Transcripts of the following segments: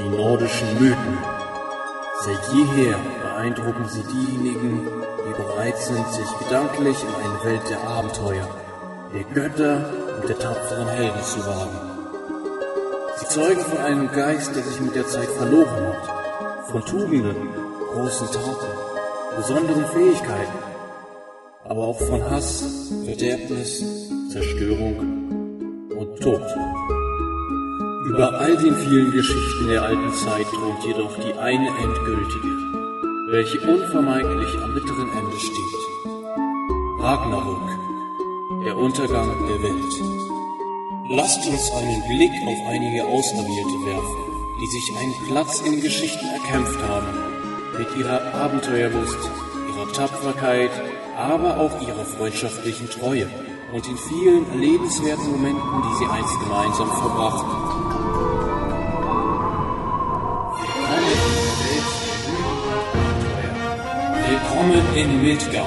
die nordischen Mythen. Seit jeher beeindrucken sie diejenigen, die bereit sind, sich gedanklich in eine Welt der Abenteuer, der Götter und der tapferen Helden zu wagen. Sie zeugen von einem Geist, der sich mit der Zeit verloren hat, von Tugenden, großen Taten, besonderen Fähigkeiten, aber auch von Hass, Verderbnis, Zerstörung und Tod. Über all den vielen Geschichten der alten Zeit thront jedoch die eine endgültige, welche unvermeidlich am bitteren Ende steht. Ragnarök, der Untergang der Welt. Lasst uns einen Blick auf einige Auserwählte werfen, die sich einen Platz in Geschichten erkämpft haben, mit ihrer Abenteuerlust, ihrer Tapferkeit, aber auch ihrer freundschaftlichen Treue und den vielen erlebenswerten Momenten, die sie einst gemeinsam verbrachten. Willkommen in Midgard.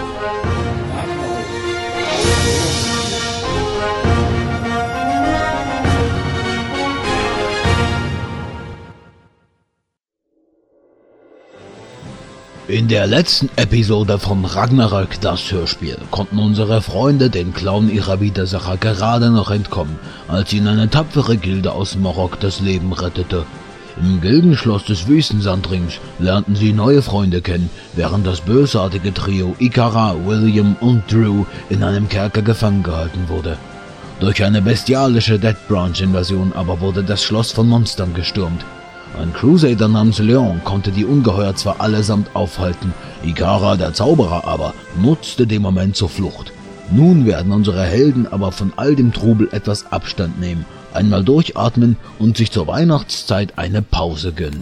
In der letzten Episode von Ragnarök, das Hörspiel, konnten unsere Freunde den Klauen ihrer Widersacher gerade noch entkommen, als ihnen eine tapfere Gilde aus Morok das Leben rettete. Im Gildenschloss des Wüstensandrings lernten sie neue Freunde kennen, während das bösartige Trio Ikara, William und Drew in einem Kerker gefangen gehalten wurde. Durch eine bestialische Dead Branch-Invasion aber wurde das Schloss von Monstern gestürmt. Ein Crusader namens Leon konnte die Ungeheuer zwar allesamt aufhalten, Ikara, der Zauberer aber, nutzte den Moment zur Flucht. Nun werden unsere Helden aber von all dem Trubel etwas Abstand nehmen, einmal durchatmen und sich zur Weihnachtszeit eine Pause gönnen.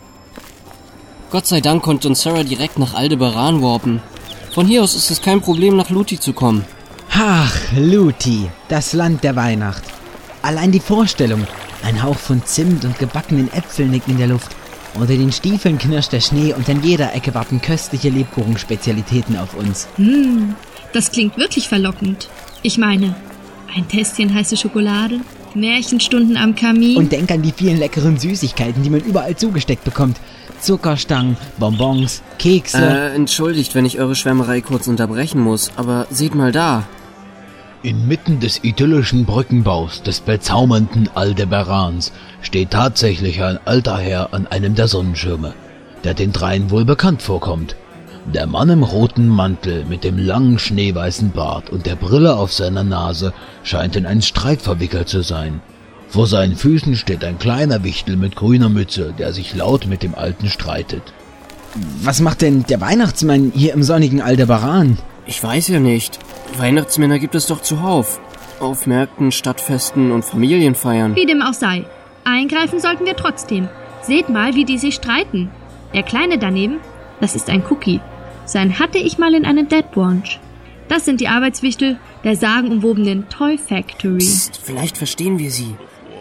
Gott sei Dank konnte uns Sarah direkt nach Aldebaran warpen. Von hier aus ist es kein Problem, nach Luthi zu kommen. Ach, Luthi, das Land der Weihnacht. Allein die Vorstellung, ein Hauch von Zimt und gebackenen Äpfeln liegt in der Luft. Unter den Stiefeln knirscht der Schnee und an jeder Ecke warten köstliche Lebkuchenspezialitäten auf uns. Das klingt wirklich verlockend. Ich meine, ein Tässchen heiße Schokolade, Märchenstunden am Kamin. Und denk an die vielen leckeren Süßigkeiten, die man überall zugesteckt bekommt. Zuckerstangen, Bonbons, Kekse. Entschuldigt, wenn ich eure Schwärmerei kurz unterbrechen muss, aber seht mal da. Inmitten des idyllischen Brückenbaus des bezaubernden Aldebarans steht tatsächlich ein alter Herr an einem der Sonnenschirme, der den dreien wohl bekannt vorkommt. Der Mann im roten Mantel mit dem langen schneeweißen Bart und der Brille auf seiner Nase scheint in einen Streit verwickelt zu sein. Vor seinen Füßen steht ein kleiner Wichtel mit grüner Mütze, der sich laut mit dem Alten streitet. Was macht denn der Weihnachtsmann hier im sonnigen Aldebaran? Ich weiß ja nicht. Weihnachtsmänner gibt es doch zuhauf. Auf Märkten, Stadtfesten und Familienfeiern. Wie dem auch sei. Eingreifen sollten wir trotzdem. Seht mal, wie die sich streiten. Der Kleine daneben, das ist ein Cookie. Sein hatte ich mal in einem Dead Branch. Das sind die Arbeitswichtel der sagenumwobenen Toy Factory. Psst, vielleicht verstehen wir sie.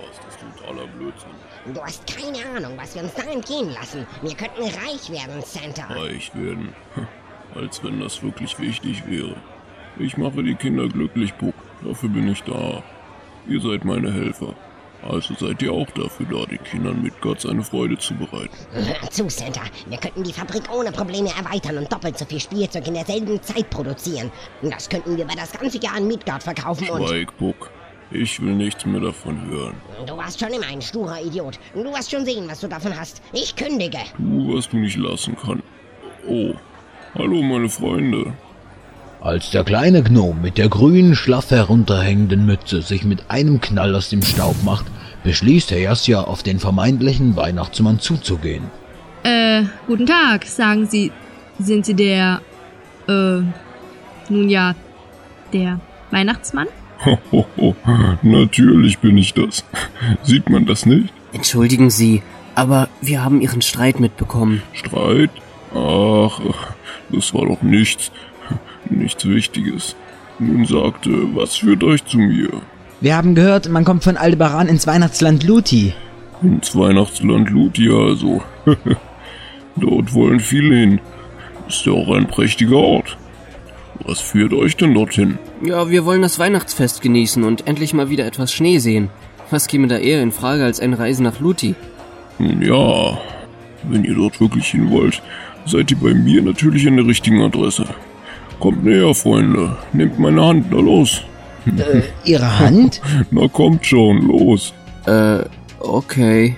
Du hast keine Ahnung, was wir uns da entgehen lassen. Wir könnten reich werden, Santa. Reich werden? Als wenn das wirklich wichtig wäre. Ich mache die Kinder glücklich, Puck. Dafür bin ich da. Ihr seid meine Helfer. Also seid ihr auch dafür da, den Kindern Midgards eine Freude zu bereiten. Hör zu, Santa. Wir könnten die Fabrik ohne Probleme erweitern und doppelt so viel Spielzeug in derselben Zeit produzieren. Das könnten wir über das ganze Jahr an Midgard verkaufen und... Schweig, Puck. Ich will nichts mehr davon hören. Du warst schon immer ein sturer Idiot. Du wirst schon sehen, was du davon hast. Ich kündige. Tu, was du nicht lassen kannst. Oh, hallo meine Freunde. Als der kleine Gnom mit der grünen, schlaff herunterhängenden Mütze sich mit einem Knall aus dem Staub macht, beschließt Herr Jasja, auf den vermeintlichen Weihnachtsmann zuzugehen. Guten Tag, sagen Sie. Sind Sie der, nun ja, der Weihnachtsmann? Hohoho, natürlich bin ich das. Sieht man das nicht? Entschuldigen Sie, aber wir haben Ihren Streit mitbekommen. Streit? Ach, das war doch nichts Wichtiges. Nun sagte, was führt euch zu mir? Wir haben gehört, man kommt von Aldebaran ins Weihnachtsland Luthi. Ins Weihnachtsland Luthi also. Dort wollen viele hin. Ist ja auch ein prächtiger Ort. Was führt euch denn dorthin? Ja, wir wollen das Weihnachtsfest genießen und endlich mal wieder etwas Schnee sehen. Was käme da eher in Frage als eine Reise nach Luthi? Nun ja, wenn ihr dort wirklich hin wollt, seid ihr bei mir natürlich an der richtigen Adresse. Kommt näher, Freunde. Nehmt meine Hand, na los. Ihre Hand? Na kommt schon, los. Okay.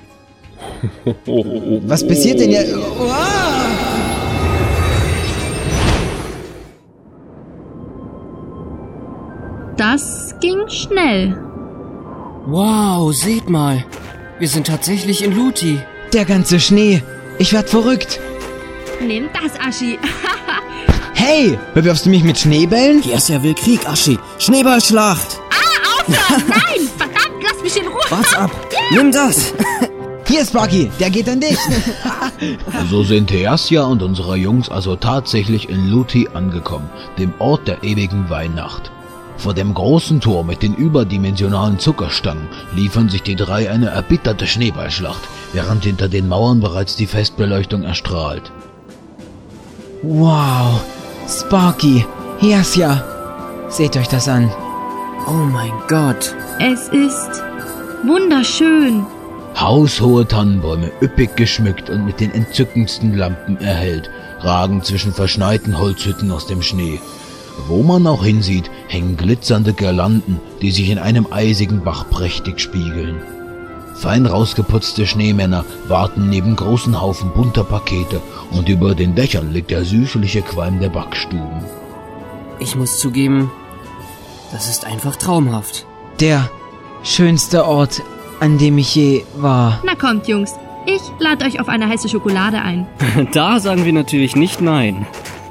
Was passiert denn jetzt? Das ging schnell. Wow, seht mal. Wir sind tatsächlich in Luti. Der ganze Schnee. Ich werd verrückt. Nimm das, Aschi. Hey, bewirfst du mich mit Schneebällen? Hiassia will Krieg, Aschi. Schneeballschlacht. Aufhören! Nein! Verdammt, lass mich in Ruhe! What's up? Nimm das. Hier, Sparky, der geht an dich. So sind Hiassia und unsere Jungs also tatsächlich in Luti angekommen, dem Ort der ewigen Weihnacht. Vor dem großen Tor mit den überdimensionalen Zuckerstangen liefern sich die drei eine erbitterte Schneeballschlacht, während hinter den Mauern bereits die Festbeleuchtung erstrahlt. Wow, Sparky, Hiassia, seht euch das an. Oh mein Gott. Es ist wunderschön. Haushohe Tannenbäume, üppig geschmückt und mit den entzückendsten Lampen erhellt, ragen zwischen verschneiten Holzhütten aus dem Schnee. Wo man auch hinsieht, hängen glitzernde Girlanden, die sich in einem eisigen Bach prächtig spiegeln. Fein rausgeputzte Schneemänner warten neben großen Haufen bunter Pakete und über den Dächern liegt der süßliche Qualm der Backstuben. Ich muss zugeben, das ist einfach traumhaft. Der schönste Ort, an dem ich je war. Na kommt, Jungs. Ich lade euch auf eine heiße Schokolade ein. Da sagen wir natürlich nicht nein.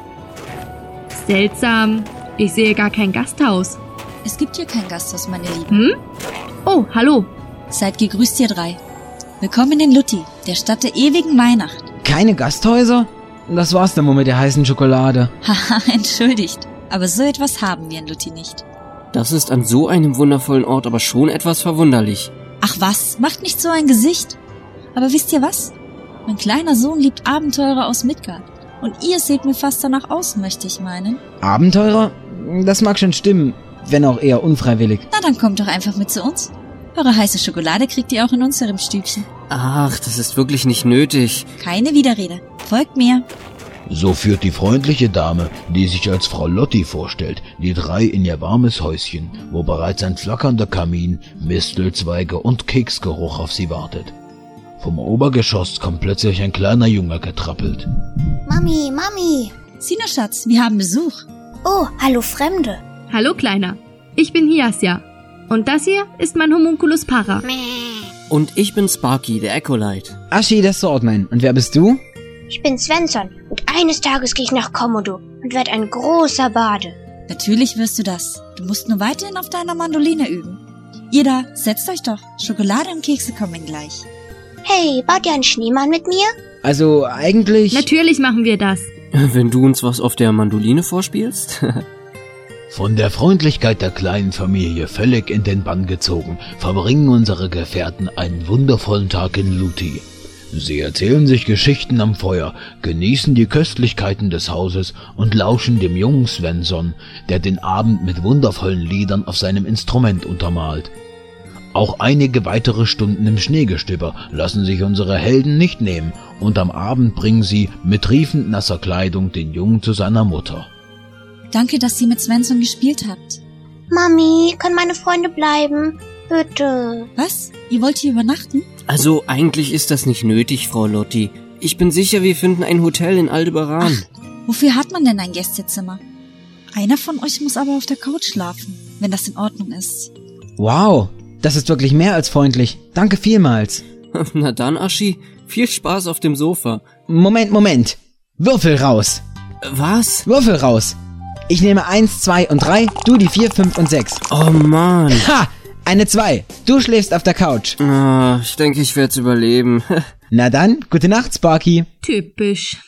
Seltsam. Ich sehe gar kein Gasthaus. Es gibt hier kein Gasthaus, meine Lieben. Oh, hallo. Seid gegrüßt, ihr drei. Willkommen in Luti, der Stadt der ewigen Weihnacht. Keine Gasthäuser? Das war's dann wohl mit der heißen Schokolade. Haha, entschuldigt. Aber so etwas haben wir in Luti nicht. Das ist an so einem wundervollen Ort aber schon etwas verwunderlich. Ach was, macht nicht so ein Gesicht. Aber wisst ihr was? Mein kleiner Sohn liebt Abenteurer aus Midgard. Und ihr seht mir fast danach aus, möchte ich meinen. Abenteurer? Das mag schon stimmen, wenn auch eher unfreiwillig. Na, dann kommt doch einfach mit zu uns. Eure heiße Schokolade kriegt ihr auch in unserem Stübchen. Ach, das ist wirklich nicht nötig. Keine Widerrede. Folgt mir. So führt die freundliche Dame, die sich als Frau Lotti vorstellt, die drei in ihr warmes Häuschen, wo bereits ein flackernder Kamin, Mistelzweige und Keksgeruch auf sie wartet. Vom Obergeschoss kommt plötzlich ein kleiner Junge getrappelt. Mami, Mami. Sina, Schatz, wir haben Besuch. Oh, hallo Fremde. Hallo, Kleiner. Ich bin Hiassia. Und das hier ist mein Homunculus Para. Und ich bin Sparky, der Acolyte. Aschi, der Swordman. Und wer bist du? Ich bin Svensson und eines Tages gehe ich nach Komodo und werde ein großer Bade. Natürlich wirst du das. Du musst nur weiterhin auf deiner Mandoline üben. Ihr da, setzt euch doch. Schokolade und Kekse kommen gleich. Hey, baut ihr einen Schneemann mit mir? Also eigentlich... Natürlich machen wir das. Wenn du uns was auf der Mandoline vorspielst? Von der Freundlichkeit der kleinen Familie völlig in den Bann gezogen, verbringen unsere Gefährten einen wundervollen Tag in Luti. Sie erzählen sich Geschichten am Feuer, genießen die Köstlichkeiten des Hauses und lauschen dem jungen Svensson, der den Abend mit wundervollen Liedern auf seinem Instrument untermalt. Auch einige weitere Stunden im Schneegestöber lassen sich unsere Helden nicht nehmen und am Abend bringen sie mit triefend nasser Kleidung den Jungen zu seiner Mutter. Danke, dass ihr mit Svensson gespielt habt. Mami, können meine Freunde bleiben? Bitte. Was? Ihr wollt hier übernachten? Also eigentlich ist das nicht nötig, Frau Lotti. Ich bin sicher, wir finden ein Hotel in Aldebaran. Wofür hat man denn ein Gästezimmer? Einer von euch muss aber auf der Couch schlafen, wenn das in Ordnung ist. Wow, das ist wirklich mehr als freundlich. Danke vielmals. Na dann, Aschi, viel Spaß auf dem Sofa. Moment. Würfel raus. Was? Würfel raus. Ich nehme 1, 2 und 3, du die 4, 5 und 6. Oh Mann. Ha! Eine 2. Du schläfst auf der Couch. Ich denke, ich werde es überleben. Na dann, gute Nacht, Sparky. Typisch.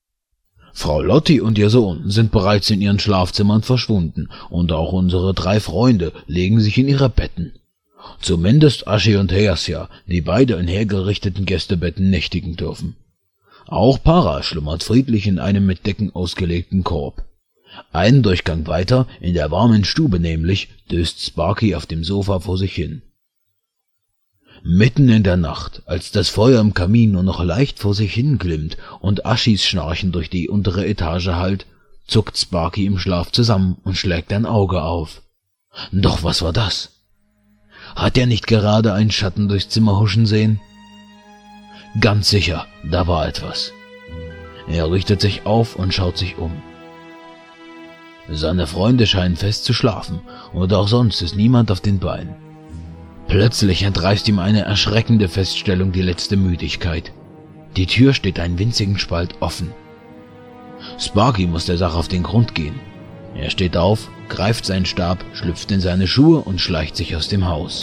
Frau Lotti und ihr Sohn sind bereits in ihren Schlafzimmern verschwunden und auch unsere drei Freunde legen sich in ihre Betten. Zumindest Aschi und Hiassia, die beide in hergerichteten Gästebetten nächtigen dürfen. Auch Para schlummert friedlich in einem mit Decken ausgelegten Korb. Einen Durchgang weiter, in der warmen Stube nämlich, döst Sparky auf dem Sofa vor sich hin. Mitten in der Nacht, als das Feuer im Kamin nur noch leicht vor sich hinglimmt und Aschis Schnarchen durch die untere Etage hallt, zuckt Sparky im Schlaf zusammen und schlägt ein Auge auf. Doch was war das? Hat er nicht gerade einen Schatten durchs Zimmer huschen sehen? Ganz sicher, da war etwas. Er richtet sich auf und schaut sich um. Seine Freunde scheinen fest zu schlafen, und auch sonst ist niemand auf den Beinen. Plötzlich entreißt ihm eine erschreckende Feststellung die letzte Müdigkeit. Die Tür steht einen winzigen Spalt offen. Sparky muss der Sache auf den Grund gehen. Er steht auf, greift seinen Stab, schlüpft in seine Schuhe und schleicht sich aus dem Haus.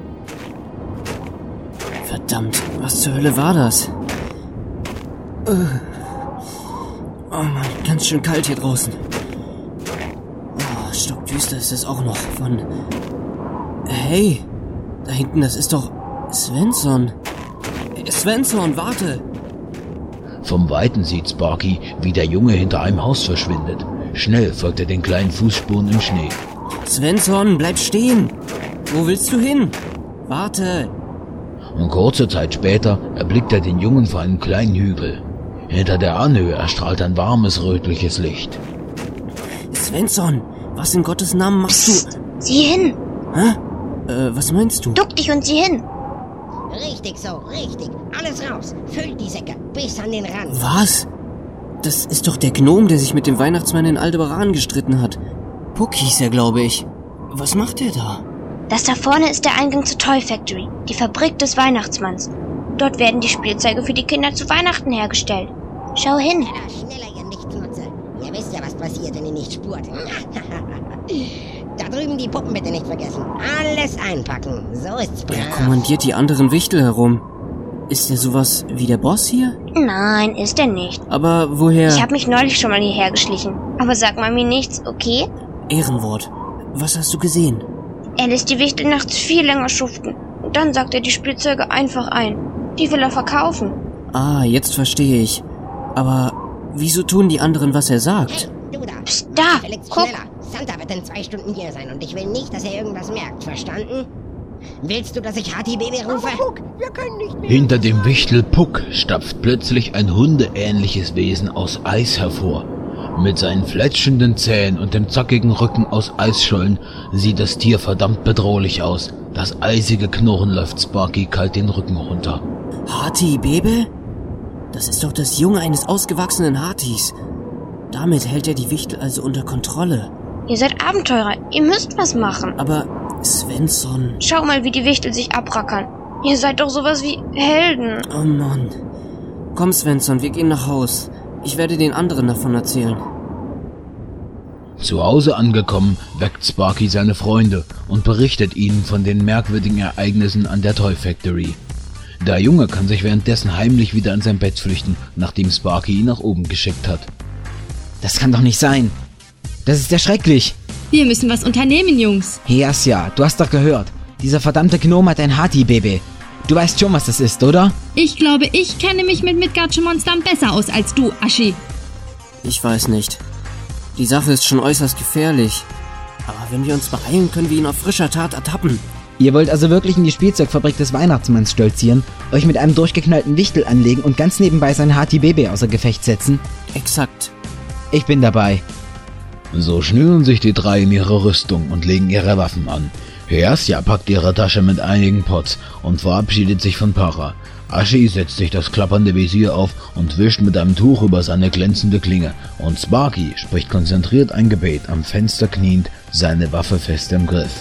Verdammt, was zur Hölle war das? Oh Mann, ganz schön kalt hier draußen. Oh, stockdüster ist es auch noch von... Hey, da hinten, das ist doch Svensson. Svensson, warte! Vom Weiten sieht Sparky, wie der Junge hinter einem Haus verschwindet. Schnell folgt er den kleinen Fußspuren im Schnee. Svensson, bleib stehen! Wo willst du hin? Warte! Und kurze Zeit später erblickt er den Jungen vor einem kleinen Hügel. Hinter der Anhöhe erstrahlt ein warmes, rötliches Licht. Svensson, was in Gottes Namen machst du? Sieh hin! Hä? Was meinst du? Duck dich und sieh hin! Richtig so, richtig. Alles raus. Füllt die Säcke bis an den Rand. Was? Das ist doch der Gnom, der sich mit dem Weihnachtsmann in Aldebaran gestritten hat. Puck hieß er, glaube ich. Was macht er da? Das da vorne ist der Eingang zur Toy Factory, die Fabrik des Weihnachtsmanns. Dort werden die Spielzeuge für die Kinder zu Weihnachten hergestellt. Schau hin. Schneller, ihr Nichtnutze. Ihr wisst ja, was passiert, wenn ihr nicht spurt. Da drüben die Puppen bitte nicht vergessen. Alles einpacken. So ist's brav. Er kommandiert die anderen Wichtel herum. Ist er sowas wie der Boss hier? Nein, ist er nicht. Aber woher... Ich habe mich neulich schon mal hierher geschlichen. Aber sag mal mir nichts, okay? Ehrenwort. Was hast du gesehen? Er lässt die Wichtel nachts viel länger schuften. Und dann sagt er die Spielzeuge einfach ein. Die will er verkaufen. Ah, jetzt verstehe ich. Aber wieso tun die anderen, was er sagt? Hey, du da. Psst, da, Felix, guck. schneller. Santa wird in 2 Stunden hier sein und ich will nicht, dass er irgendwas merkt. Verstanden? Willst du, dass ich Hati Baby rufe? Wir können nicht mehr. Hinter dem Wichtel Puck stapft plötzlich ein hundeähnliches Wesen aus Eis hervor. Mit seinen fletschenden Zähnen und dem zackigen Rücken aus Eisschollen sieht das Tier verdammt bedrohlich aus. Das eisige Knurren läuft Sparky kalt den Rücken runter. Hati Bebe? Das ist doch das Junge eines ausgewachsenen Hatis. Damit hält er die Wichtel also unter Kontrolle. Ihr seid Abenteurer, ihr müsst was machen. Aber Svensson... Schau mal, wie die Wichtel sich abrackern. Ihr seid doch sowas wie Helden. Oh Mann. Komm, Svensson, wir gehen nach Haus. Ich werde den anderen davon erzählen. Zu Hause angekommen, weckt Sparky seine Freunde und berichtet ihnen von den merkwürdigen Ereignissen an der Toy Factory. Der Junge kann sich währenddessen heimlich wieder in sein Bett flüchten, nachdem Sparky ihn nach oben geschickt hat. Das kann doch nicht sein. Das ist ja schrecklich. Wir müssen was unternehmen, Jungs. Jasja, du hast doch gehört. Dieser verdammte Gnome hat ein Hati-Baby. Du weißt schon, was das ist, oder? Ich glaube, ich kenne mich mit Midgardschen Monstern besser aus als du, Aschi. Ich weiß nicht. Die Sache ist schon äußerst gefährlich. Aber wenn wir uns beeilen, können wir ihn auf frischer Tat ertappen. Ihr wollt also wirklich in die Spielzeugfabrik des Weihnachtsmanns stolzieren, euch mit einem durchgeknallten Wichtel anlegen und ganz nebenbei sein Hati-Baby außer Gefecht setzen? Exakt. Ich bin dabei. So schnüren sich die drei in ihre Rüstung und legen ihre Waffen an. Jasja packt ihre Tasche mit einigen Pots und verabschiedet sich von Para. Aschi setzt sich das klappernde Visier auf und wischt mit einem Tuch über seine glänzende Klinge. Und Sparky spricht konzentriert ein Gebet, am Fenster kniend, seine Waffe fest im Griff.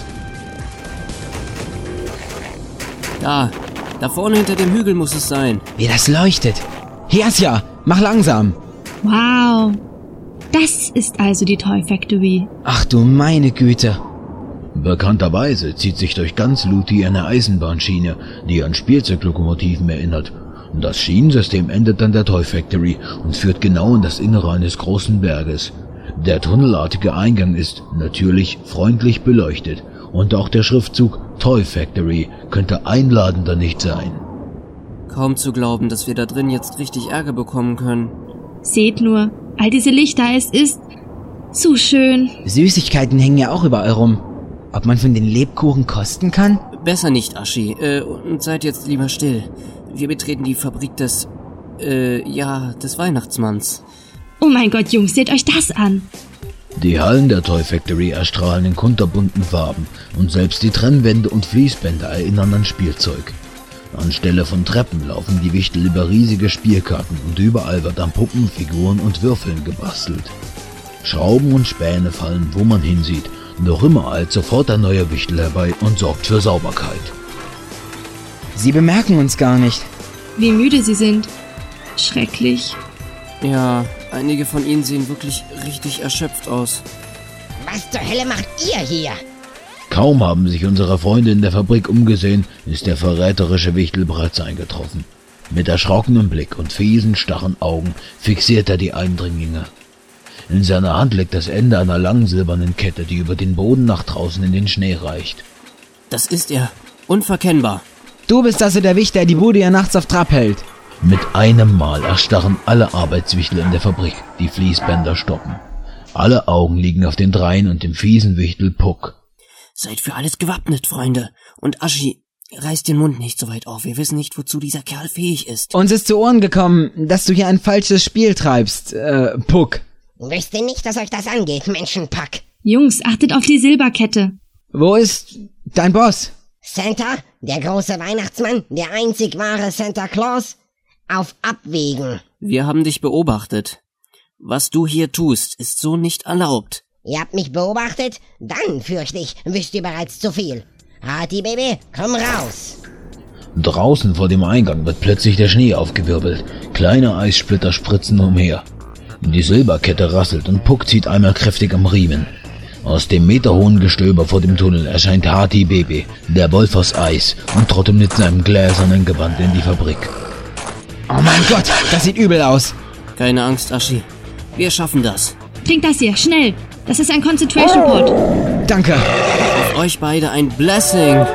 Da vorne hinter dem Hügel muss es sein. Wie das leuchtet. Jasja, mach langsam. Wow. Das ist also die Toy Factory. Ach du meine Güte. Bekannterweise zieht sich durch ganz Luti eine Eisenbahnschiene, die an Spielzeuglokomotiven erinnert. Das Schienensystem endet an der Toy Factory und führt genau in das Innere eines großen Berges. Der tunnelartige Eingang ist, natürlich, freundlich beleuchtet. Und auch der Schriftzug Toy Factory könnte einladender nicht sein. Kaum zu glauben, dass wir da drin jetzt richtig Ärger bekommen können. Seht nur, all diese Lichter, es ist so schön. Süßigkeiten hängen ja auch überall rum. Ob man von den Lebkuchen kosten kann? Besser nicht, Aschi. Und seid jetzt lieber still. Wir betreten die Fabrik des Weihnachtsmanns. Oh mein Gott, Jungs, seht euch das an. Die Hallen der Toy Factory erstrahlen in kunterbunten Farben und selbst die Trennwände und Fließbänder erinnern an Spielzeug. Anstelle von Treppen laufen die Wichtel über riesige Spielkarten und überall wird an Puppen, Figuren und Würfeln gebastelt. Schrauben und Späne fallen, wo man hinsieht, doch immer eilt sofort ein neuer Wichtel herbei und sorgt für Sauberkeit. Sie bemerken uns gar nicht. Wie müde sie sind. Schrecklich. Ja, einige von ihnen sehen wirklich richtig erschöpft aus. Was zur Hölle macht ihr hier? Kaum haben sich unsere Freunde in der Fabrik umgesehen, ist der verräterische Wichtel bereits eingetroffen. Mit erschrockenem Blick und fiesen, starren Augen fixiert er die Eindringlinge. In seiner Hand liegt das Ende einer langen silbernen Kette, die über den Boden nach draußen in den Schnee reicht. Das ist er. Unverkennbar. Du bist also der Wicht, der die Bude ja nachts auf Trab hält. Mit einem Mal erstarren alle Arbeitswichtel in der Fabrik, die Fließbänder stoppen. Alle Augen liegen auf den Dreien und dem fiesen Wichtel Puck. Seid für alles gewappnet, Freunde. Und Aschi, reiß den Mund nicht so weit auf. Wir wissen nicht, wozu dieser Kerl fähig ist. Uns ist zu Ohren gekommen, dass du hier ein falsches Spiel treibst, Puck. Wisst ihr nicht, dass euch das angeht, Menschenpack? Jungs, achtet auf die Silberkette. Wo ist dein Boss? Santa, der große Weihnachtsmann, der einzig wahre Santa Claus, auf Abwägen. Wir haben dich beobachtet. Was du hier tust, ist so nicht erlaubt. Ihr habt mich beobachtet? Dann, fürchte ich, wisst ihr bereits zu viel. Hati, Baby, komm raus. Draußen vor dem Eingang wird plötzlich der Schnee aufgewirbelt. Kleine Eissplitter spritzen umher. Die Silberkette rasselt und Puck zieht einmal kräftig am Riemen. Aus dem meterhohen Gestöber vor dem Tunnel erscheint Hati Baby, der Wolf aus Eis, und trottet mit seinem gläsernen Gewand in die Fabrik. Oh mein Gott, das sieht übel aus. Keine Angst, Aschi. Wir schaffen das. Trinkt das hier, schnell. Das ist ein Concentration Pot. Danke. Auf euch beide ein Blessing.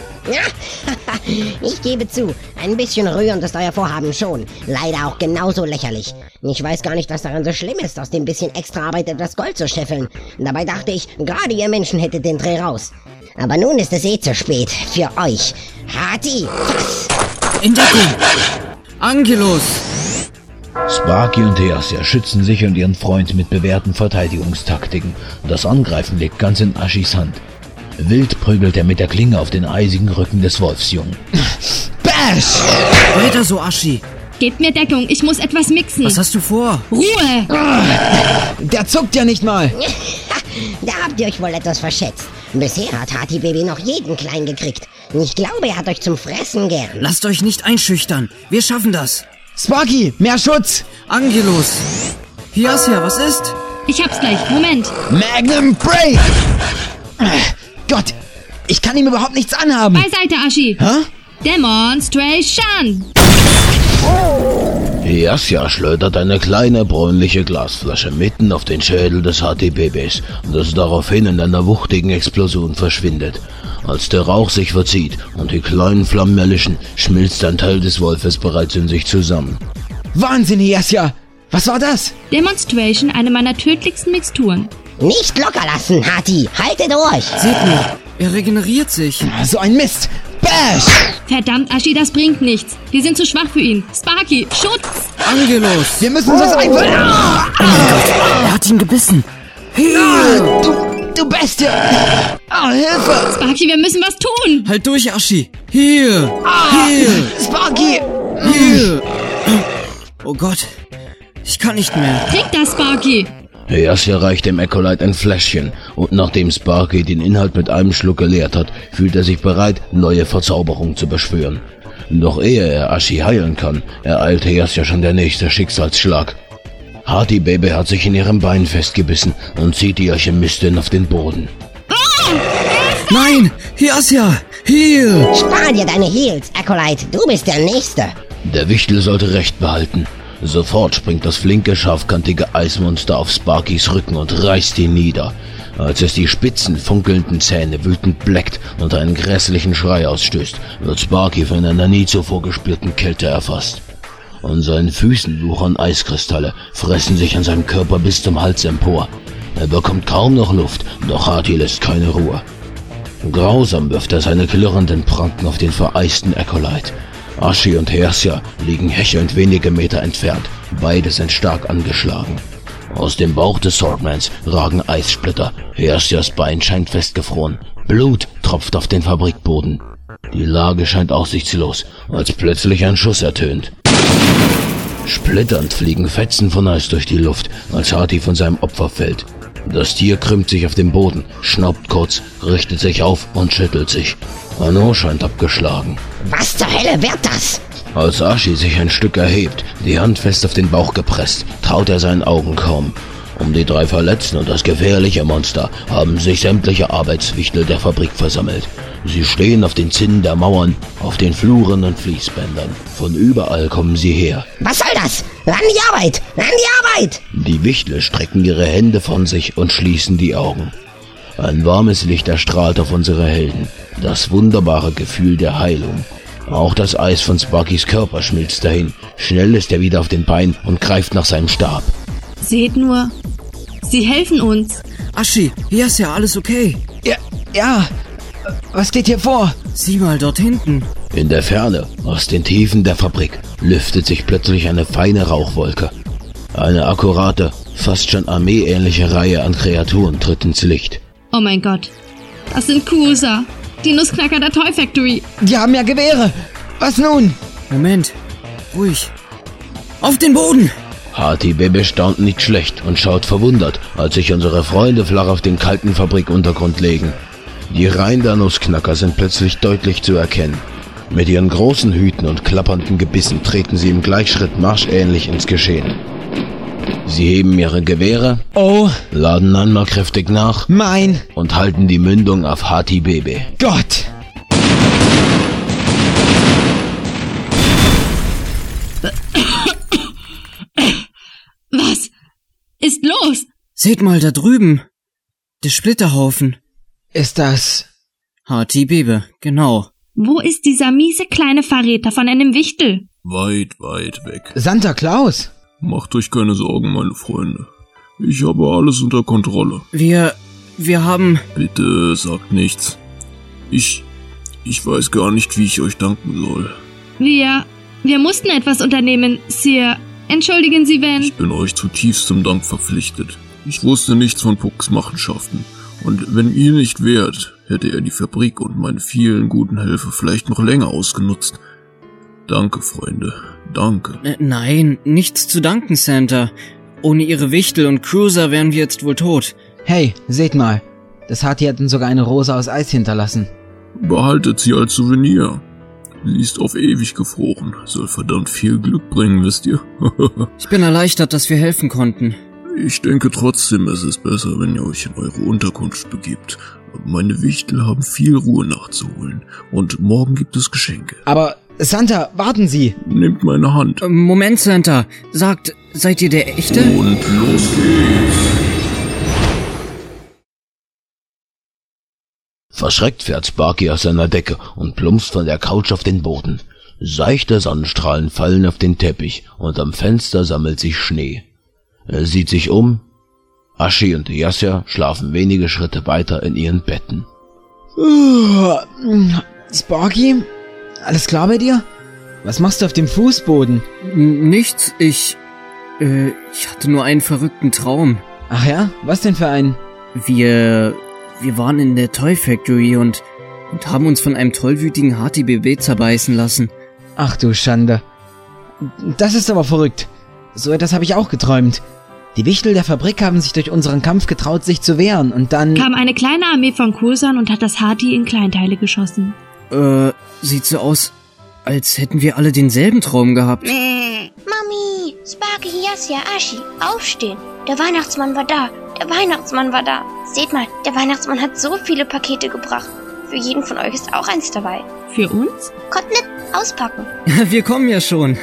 Ich gebe zu, ein bisschen rührend ist euer Vorhaben schon. Leider auch genauso lächerlich. Ich weiß gar nicht, was daran so schlimm ist, aus dem bisschen Extraarbeit etwas Gold zu scheffeln. Dabei dachte ich, gerade ihr Menschen hättet den Dreh raus. Aber nun ist es zu spät. Für euch. Hati, was? In Deckung. Angelus. Sparky und Heasia schützen sich und ihren Freund mit bewährten Verteidigungstaktiken. Das Angreifen liegt ganz in Aschis Hand. Wild prügelt er mit der Klinge auf den eisigen Rücken des Wolfsjungen. Bash! Weiter so, Aschi. Gebt mir Deckung, ich muss etwas mixen. Was hast du vor? Ruhe! Der zuckt ja nicht mal. Da habt ihr euch wohl etwas verschätzt. Bisher hat Hati Baby noch jeden klein gekriegt. Ich glaube, er hat euch zum Fressen gern. Lasst euch nicht einschüchtern. Wir schaffen das. Sparky, mehr Schutz! Angelus. Heasia, was ist? Ich hab's gleich, Moment. Magnum Break! Gott, ich kann ihm überhaupt nichts anhaben. Beiseite, Aschi. Hä? Demonstration. Heasia schleudert eine kleine bräunliche Glasflasche mitten auf den Schädel des HT-Babys, das daraufhin in einer wuchtigen Explosion verschwindet. Als der Rauch sich verzieht und die kleinen Flammen erlischen, schmilzt ein Teil des Wolfes bereits in sich zusammen. Wahnsinn, Heasia! Was war das? Demonstration, eine meiner tödlichsten Mixturen. Nicht locker lassen, Hati. Haltet durch. Seht nur, er regeneriert sich. So ein Mist! Bash! Verdammt, Aschi, das bringt nichts. Wir sind zu schwach für ihn. Sparky, Schutz! Angelus. Wir müssen uns was einfallen. Er hat ihn gebissen. Hier. Du Bestie! Hilfe! Sparky, wir müssen was tun! Halt durch, Aschi. Hier. Hier. Sparky! Hier. Oh Gott. Ich kann nicht mehr. Trink das, Sparky! Heasia reicht dem Acolyte ein Fläschchen, und nachdem Sparky den Inhalt mit einem Schluck geleert hat, fühlt er sich bereit, neue Verzauberung zu beschwören. Doch ehe er Aschi heilen kann, ereilt Heasia schon der nächste Schicksalsschlag. Hati Baby hat sich in ihrem Bein festgebissen und zieht die Alchemistin auf den Boden. Nein, Heasia. Hier. Spar dir deine Heals, Acolyte. Du bist der Nächste. Der Wichtel sollte Recht behalten. Sofort springt das flinke, scharfkantige Eismonster auf Sparkys Rücken und reißt ihn nieder. Als es die spitzen, funkelnden Zähne wütend bleckt und einen grässlichen Schrei ausstößt, wird Sparky von einer nie zuvor gespürten Kälte erfasst. An seinen Füßen wuchern Eiskristalle, fressen sich an seinem Körper bis zum Hals empor. Er bekommt kaum noch Luft, doch Hati lässt keine Ruhe. Grausam wirft er seine klirrenden Pranken auf den vereisten Acolyte. Aschi und Hersia liegen hechelnd wenige Meter entfernt. Beide sind stark angeschlagen. Aus dem Bauch des Swordmans ragen Eissplitter. Hersias Bein scheint festgefroren. Blut tropft auf den Fabrikboden. Die Lage scheint aussichtslos, als plötzlich ein Schuss ertönt. Splitternd fliegen Fetzen von Eis durch die Luft, als Hati von seinem Opfer fällt. Das Tier krümmt sich auf dem Boden, schnaubt kurz, richtet sich auf und schüttelt sich. Anno scheint abgeschlagen. Was zur Hölle wird das? Als Aschi sich ein Stück erhebt, die Hand fest auf den Bauch gepresst, traut er seinen Augen kaum. Um die 3 Verletzten und das gefährliche Monster haben sich sämtliche Arbeitswichtel der Fabrik versammelt. Sie stehen auf den Zinnen der Mauern, auf den Fluren und Fließbändern. Von überall kommen sie her. Was soll das? An die Arbeit! An die Arbeit! Die Wichtel strecken ihre Hände von sich und schließen die Augen. Ein warmes Licht erstrahlt auf unsere Helden. Das wunderbare Gefühl der Heilung. Auch das Eis von Sparkys Körper schmilzt dahin. Schnell ist er wieder auf den Beinen und greift nach seinem Stab. Seht nur, sie helfen uns. Aschi, hier ist ja alles okay. Ja, was geht hier vor? Sieh mal dort hinten. In der Ferne, aus den Tiefen der Fabrik, lüftet sich plötzlich eine feine Rauchwolke. Eine akkurate, fast schon armeeähnliche Reihe an Kreaturen tritt ins Licht. Oh mein Gott, das sind Kusa, die Nussknacker der Toy Factory. Die haben ja Gewehre. Was nun? Moment, ruhig. Auf den Boden! Hati Bebe staunt nicht schlecht und schaut verwundert, als sich unsere Freunde flach auf den kalten Fabrikuntergrund legen. Die Reihen der Nussknacker sind plötzlich deutlich zu erkennen. Mit ihren großen Hüten und klappernden Gebissen treten sie im Gleichschritt marschähnlich ins Geschehen. Sie heben ihre Gewehre, laden einmal kräftig nach und halten die Mündung auf Hati Bebe. Gott! Was ist los? Seht mal da drüben. Der Splitterhaufen. Ist das... Hati Bebe, genau. Wo ist dieser miese kleine Verräter von einem Wichtel? Weit, weit weg. Santa Claus? Macht euch keine Sorgen, meine Freunde. Ich habe alles unter Kontrolle. Wir haben... Bitte sagt nichts. Ich weiß gar nicht, wie ich euch danken soll. Wir mussten etwas unternehmen, Sir. Entschuldigen Sie, wenn... Ich bin euch zu tiefstem Dank verpflichtet. Ich wusste nichts von Pucks Machenschaften. Und wenn ihr nicht wärt, hätte er die Fabrik und meine vielen guten Helfer vielleicht noch länger ausgenutzt. Danke, Freunde. Danke. Nein, nichts zu danken, Santa. Ohne ihre Wichtel und Cruiser wären wir jetzt wohl tot. Hey, seht mal. Das Hati hat uns sogar eine Rose aus Eis hinterlassen. Behaltet sie als Souvenir. Sie ist auf ewig gefroren. Soll verdammt viel Glück bringen, wisst ihr? Ich bin erleichtert, dass wir helfen konnten. Ich denke trotzdem, es ist besser, wenn ihr euch in eure Unterkunft begebt. Meine Wichtel haben viel Ruhe nachzuholen. Und morgen gibt es Geschenke. Aber, Santa, warten Sie! Nehmt meine Hand. Moment, Santa. Sagt, seid ihr der Echte? Und los geht's. Verschreckt fährt Sparky aus seiner Decke und plumpst von der Couch auf den Boden. Seichte Sonnenstrahlen fallen auf den Teppich und am Fenster sammelt sich Schnee. Er sieht sich um. Aschi und Jasja schlafen wenige Schritte weiter in ihren Betten. Sparky? Alles klar bei dir? Was machst du auf dem Fußboden? Nichts, ich hatte nur einen verrückten Traum. Ach ja? Was denn für einen? Wir waren in der Toy Factory und haben uns von einem tollwütigen Hati Bebe zerbeißen lassen. Ach du Schande. Das ist aber verrückt. So etwas habe ich auch geträumt. Die Wichtel der Fabrik haben sich durch unseren Kampf getraut, sich zu wehren und dann... kam eine kleine Armee von Kursan und hat das Hati in Kleinteile geschossen. Sieht so aus, als hätten wir alle denselben Traum gehabt. Mami, Sparky, Jasja, Aschi, aufstehen. Der Weihnachtsmann war da. Der Weihnachtsmann war da. Seht mal, der Weihnachtsmann hat so viele Pakete gebracht. Für jeden von euch ist auch eins dabei. Für uns? Kommt mit, auspacken. Wir kommen ja schon.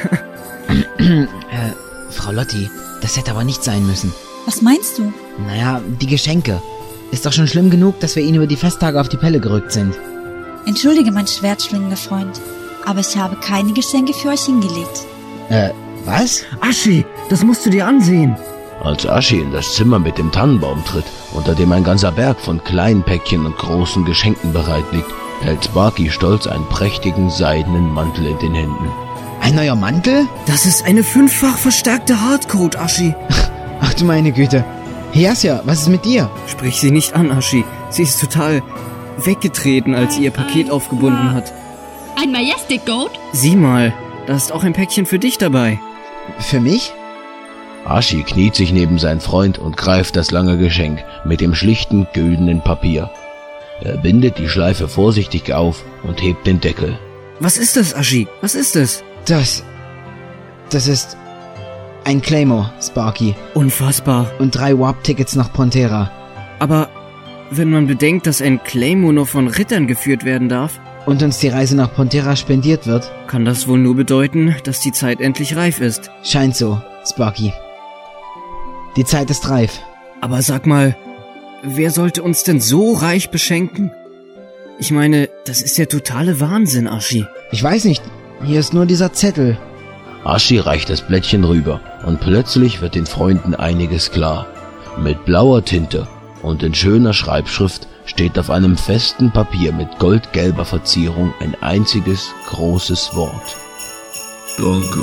Frau Lotti, das hätte aber nicht sein müssen. Was meinst du? Naja, die Geschenke. Ist doch schon schlimm genug, dass wir Ihnen über die Festtage auf die Pelle gerückt sind. Entschuldige, mein schwertschwingender Freund, aber ich habe keine Geschenke für euch hingelegt. Was? Aschi, das musst du dir ansehen. Als Aschi in das Zimmer mit dem Tannenbaum tritt, unter dem ein ganzer Berg von kleinen Päckchen und großen Geschenken bereit liegt, hält Sparky stolz einen prächtigen seidenen Mantel in den Händen. Ein neuer Mantel? Das ist eine 5-fach verstärkte Hardcoat, Aschi. Ach du meine Güte. Hiasja, was ist mit dir? Sprich sie nicht an, Aschi. Sie ist total weggetreten, als sie ihr Paket aufgebunden hat. Ein Majestic Goat? Sieh mal, da ist auch ein Päckchen für dich dabei. Für mich? Aschi kniet sich neben seinen Freund und greift das lange Geschenk mit dem schlichten, güldenen Papier. Er bindet die Schleife vorsichtig auf und hebt den Deckel. Was ist das, Aschi? Was ist es? Das ist ein Claymore, Sparky. Unfassbar. Und 3 Warp-Tickets nach Pontera. Aber wenn man bedenkt, dass ein Claymore nur von Rittern geführt werden darf, Und uns die Reise nach Pontera spendiert wird, kann das wohl nur bedeuten, dass die Zeit endlich reif ist. Scheint so, Sparky. Die Zeit ist reif. Aber sag mal, wer sollte uns denn so reich beschenken? Ich meine, das ist der totale Wahnsinn, Aschi. Ich weiß nicht, hier ist nur dieser Zettel. Aschi reicht das Blättchen rüber und plötzlich wird den Freunden einiges klar. Mit blauer Tinte und in schöner Schreibschrift steht auf einem festen Papier mit goldgelber Verzierung ein einziges großes Wort. Danke.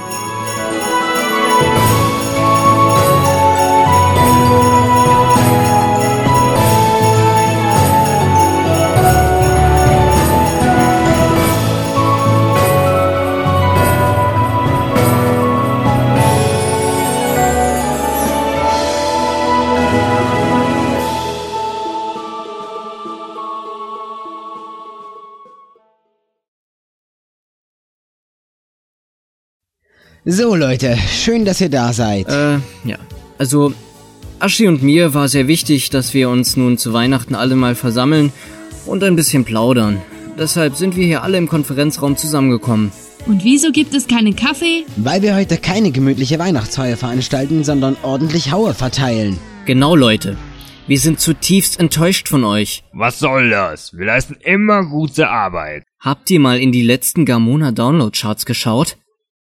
So Leute, schön, dass ihr da seid. Ja. Also, Aschi und mir war sehr wichtig, dass wir uns nun zu Weihnachten alle mal versammeln und ein bisschen plaudern. Deshalb sind wir hier alle im Konferenzraum zusammengekommen. Und wieso gibt es keinen Kaffee? Weil wir heute keine gemütliche Weihnachtsfeier veranstalten, sondern ordentlich Haue verteilen. Genau, Leute. Wir sind zutiefst enttäuscht von euch. Was soll das? Wir leisten immer gute Arbeit. Habt ihr mal in die letzten Gamona Download-Charts geschaut?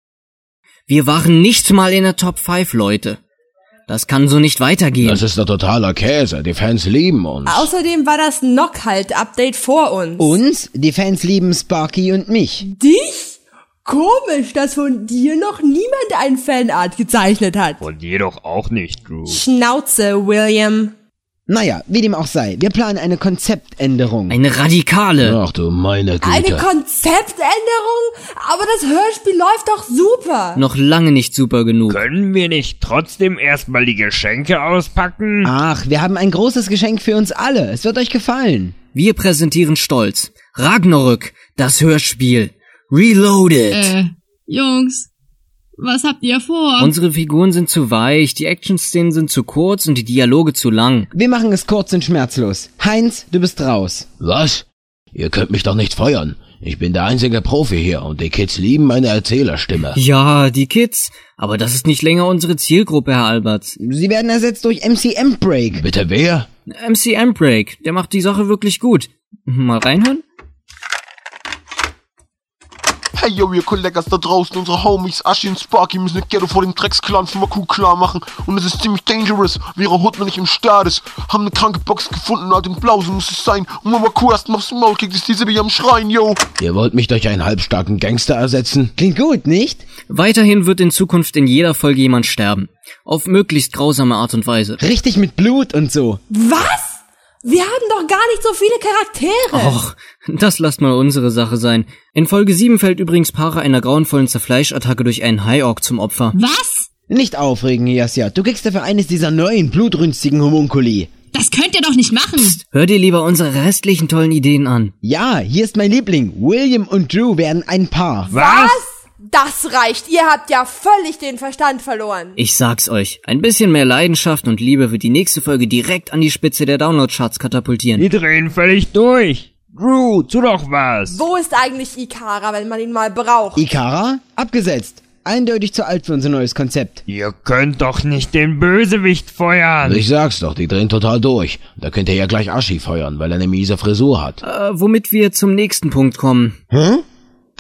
Wir waren nicht mal in der Top 5, Leute. Das kann so nicht weitergehen. Das ist doch totaler Käse, die Fans lieben uns. Außerdem war das Knockhalt-Update vor uns. Uns? Die Fans lieben Sparky und mich. Dich? Komisch, dass von dir noch niemand ein Fanart gezeichnet hat. Von dir doch auch nicht, Drew. Schnauze, William. Naja, wie dem auch sei, wir planen eine Konzeptänderung. Eine radikale. Ach du meine Güte. Eine Konzeptänderung? Aber das Hörspiel läuft doch super. Noch lange nicht super genug. Können wir nicht trotzdem erstmal die Geschenke auspacken? Ach, wir haben ein großes Geschenk für uns alle. Es wird euch gefallen. Wir präsentieren stolz Ragnarök, das Hörspiel. Reloaded. Jungs, was habt ihr vor? Unsere Figuren sind zu weich, die Action-Szenen sind zu kurz und die Dialoge zu lang. Wir machen es kurz und schmerzlos. Heinz, du bist raus. Was? Ihr könnt mich doch nicht feuern. Ich bin der einzige Profi hier und die Kids lieben meine Erzählerstimme. Ja, die Kids. Aber das ist nicht länger unsere Zielgruppe, Herr Albert. Sie werden ersetzt durch MC Break. Bitte wer? MC Break, der macht die Sache wirklich gut. Mal reinhören? Hey yo, ihr Kollegas da draußen, unsere Homies Aschi und Sparky müssen das Ghetto vor dem Drecksclan von Maku klar machen. Und es ist ziemlich dangerous, wie ihre Hut noch nicht im Start ist. Haben eine kranke Box gefunden, halt in Blau, so muss es sein. Und wenn Maku erstmal aufs Maul kriegt, ist diese wie am Schreien, yo. Ihr wollt mich durch einen halbstarken Gangster ersetzen? Klingt gut, nicht? Weiterhin wird in Zukunft in jeder Folge jemand sterben. Auf möglichst grausame Art und Weise. Richtig mit Blut und so. Was? Wir haben doch gar nicht so viele Charaktere. Och, das lasst mal unsere Sache sein. In Folge 7 fällt übrigens Para einer grauenvollen Zerfleischattacke durch einen High-Orc zum Opfer. Was? Nicht aufregen, Hiasja. Du kriegst dafür eines dieser neuen, blutrünstigen Homunkuli. Das könnt ihr doch nicht machen. Psst, hör dir lieber unsere restlichen tollen Ideen an. Ja, hier ist mein Liebling. William und Drew werden ein Paar. Was? Das reicht. Ihr habt ja völlig den Verstand verloren. Ich sag's euch. Ein bisschen mehr Leidenschaft und Liebe wird die nächste Folge direkt an die Spitze der Download-Charts katapultieren. Die drehen völlig durch. Drew, tu doch was. Wo ist eigentlich Ikara, wenn man ihn mal braucht? Ikara? Abgesetzt. Eindeutig zu alt für unser neues Konzept. Ihr könnt doch nicht den Bösewicht feuern. Ich sag's doch, die drehen total durch. Da könnt ihr ja gleich Aschi feuern, weil er eine miese Frisur hat. Womit wir zum nächsten Punkt kommen.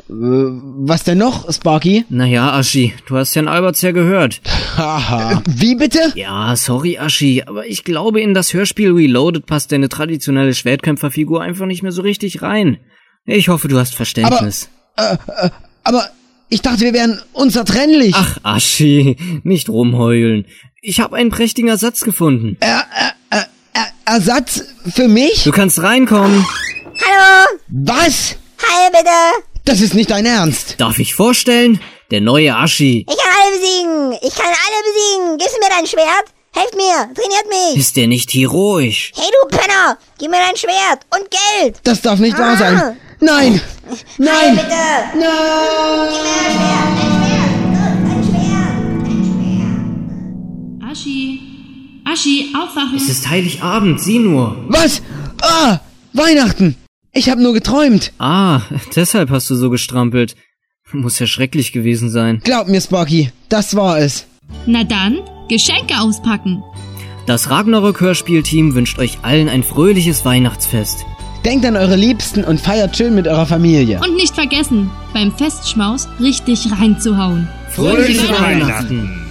Was denn noch, Sparky? Naja, Aschi, du hast Herrn Alberts ja gehört. Haha. Wie bitte? Ja, sorry, Aschi, aber ich glaube, in das Hörspiel Reloaded passt deine traditionelle Schwertkämpferfigur einfach nicht mehr so richtig rein. Ich hoffe, du hast Verständnis. Aber ich dachte, wir wären unzertrennlich. Ach, Aschi, nicht rumheulen. Ich habe einen prächtigen Ersatz gefunden. Ersatz für mich? Du kannst reinkommen. Hallo? Was? Hi, bitte. Das ist nicht dein Ernst. Darf ich vorstellen? Der neue Aschi. Ich kann alle besiegen. Gibst du mir dein Schwert? Helft mir. Trainiert mich. Ist der nicht heroisch? Hey, du Penner. Gib mir dein Schwert und Geld. Das darf nicht wahr sein. Nein. Nein. Hi, bitte. Nein. Gib mir dein Schwert. Gut, ein Schwert. Aschi, aufwachen. Es ist Heiligabend, sieh nur. Was? Weihnachten. Ich habe nur geträumt. Deshalb hast du so gestrampelt. Muss ja schrecklich gewesen sein. Glaub mir, Sparky, das war es. Na dann, Geschenke auspacken. Das Ragnarök-Hörspielteam wünscht euch allen ein fröhliches Weihnachtsfest. Denkt an eure Liebsten und feiert schön mit eurer Familie. Und nicht vergessen, beim Festschmaus richtig reinzuhauen. Fröhliche Weihnachten!